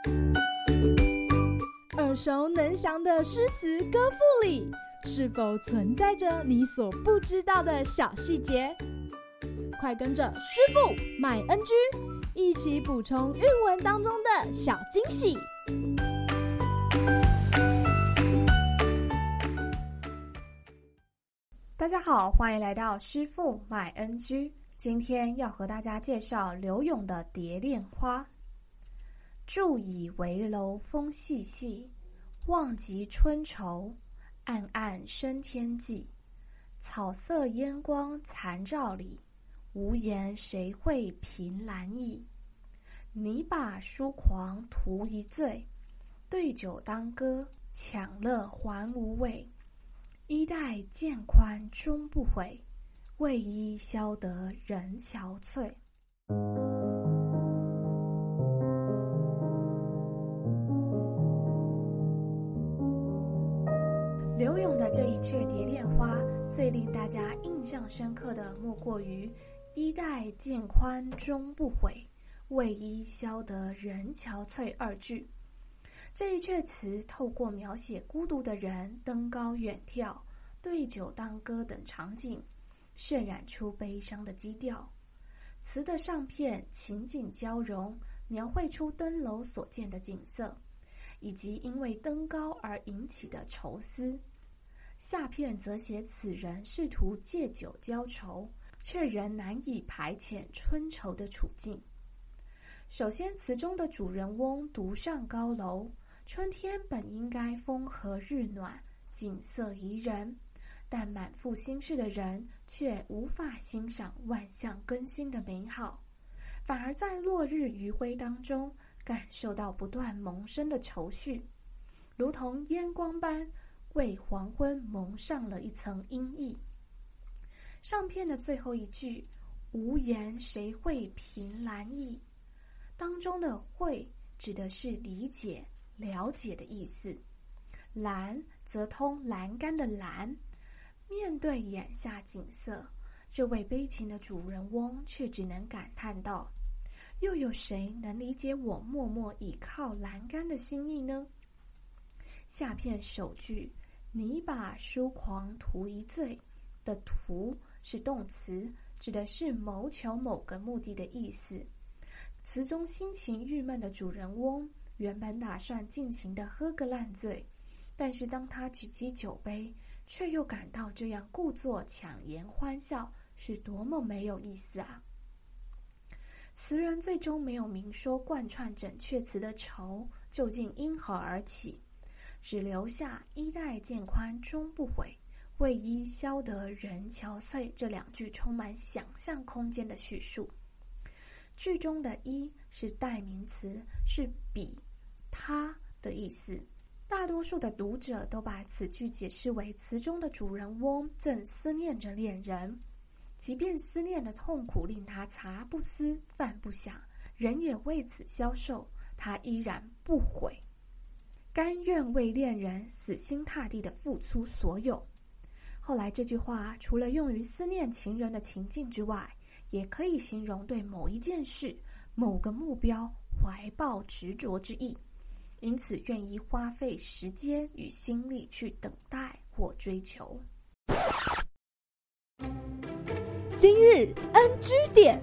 耳熟能详的诗词歌赋里，是否存在着你所不知道的小细节？快跟着师傅麦恩居一起补充韵文当中的小惊喜。 大家好，欢迎来到师傅麦恩居。今天要和大家介绍柳永的《蝶恋花》。筑以危楼风细细，望极春愁，暗暗生天际。草色烟光残照里，无言谁会凭栏意。拟把书狂图一醉，对酒当歌，享乐还无味。衣带渐宽终不悔，为伊消得人憔悴。柳永的这一阙《蝶恋花》，最令大家印象深刻的莫过于衣带渐宽终不悔，为伊消得人憔悴二句。这一阙词透过描写孤独的人登高远眺、对酒当歌等场景，渲染出悲伤的基调。词的上片情景交融，描绘出登楼所见的景色，以及因为登高而引起的愁思。下片则写此人试图借酒浇愁，却仍难以排遣春愁的处境。首先，词中的主人翁独上高楼，春天本应该风和日暖，景色宜人，但满腹心事的人却无法欣赏万象更新的美好，反而在落日余晖当中感受到不断萌生的愁绪，如同烟光般为黄昏蒙上了一层阴翳。上片的最后一句无言谁会凭栏意，当中的会指的是理解了解的意思，栏则通栏杆的栏。面对眼下景色，这位悲情的主人翁却只能感叹道：又有谁能理解我默默倚靠栏杆的心意呢？下片首句拟把书狂图一醉的图是动词，指的是谋求某个目的的意思。词中心情郁闷的主人翁原本打算尽情地喝个烂醉，但是当他举起酒杯，却又感到这样故作强颜欢笑是多么没有意思啊！词人最终没有明说贯穿整阙词的愁究竟因何而起，只留下衣带渐宽终不悔，为伊消得人憔悴这两句充满想象空间的叙述。句中的伊是代名词，是彼、他的意思。大多数的读者都把此句解释为词中的主人翁正思念着恋人，即便思念的痛苦令他茶不思饭不想，人也为此消瘦，他依然不悔，甘愿为恋人死心塌地地付出所有。后来这句话除了用于思念情人的情境之外，也可以形容对某一件事、某个目标怀抱执着之意，因此愿意花费时间与心力去等待或追求。 今日 NG 点。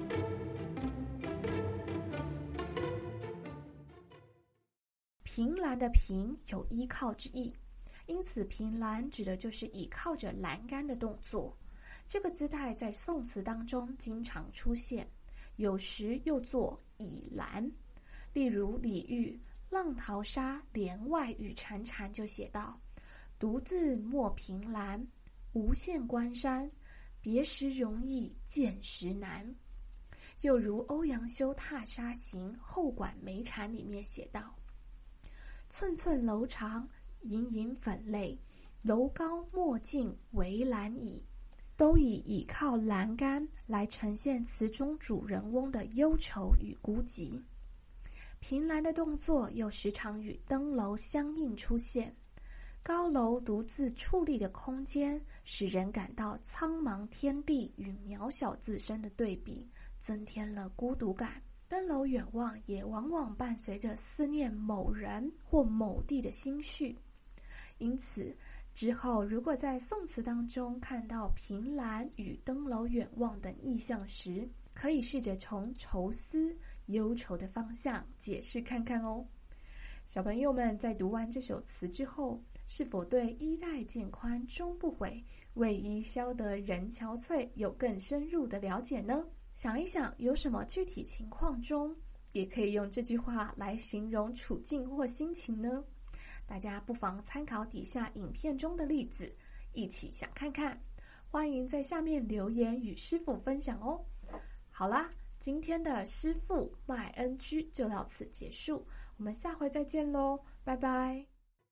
凭栏的凭有依靠之意，因此凭栏指的就是倚靠着栏杆的动作。这个姿态在宋词当中经常出现，有时又作倚栏。例如李煜《浪淘沙帘外语潺潺》就写道：独自莫凭栏，无限关山，别时容易见时难。又如欧阳修《踏沙行·后馆梅禅》里面写道：寸寸楼长，隐隐粉泪，楼高莫近围栏倚。都以倚靠栏杆来呈现词中主人翁的忧愁与孤寂。凭栏的动作又时常与登楼相应出现，高楼独自矗立的空间，使人感到苍茫天地与渺小自身的对比，增添了孤独感， 登楼远望也往往伴随着思念某人或某地的心绪。因此之后如果在宋词当中看到凭栏与登楼远望等意象时，可以试着从愁思忧愁的方向解释看看哦。小朋友们在读完这首词之后，是否对衣带渐宽终不悔，为伊消得人憔悴有更深入的了解呢？想一想，有什么具体情况中也可以用这句话来形容处境或心情呢？大家不妨参考底下影片中的例子，一起想看看。欢迎在下面留言与师父分享哦。好啦，今天的师父卖 NG 就到此结束，我们下回再见咯，拜拜。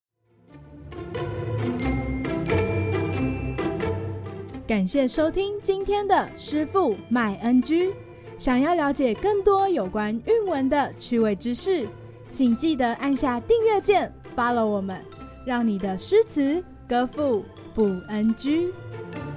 感谢收听今天的师父卖 NG。想要了解更多有关韵文的趣味知识，请记得按下订阅键 follow 我们，让你的诗词歌赋不 NG。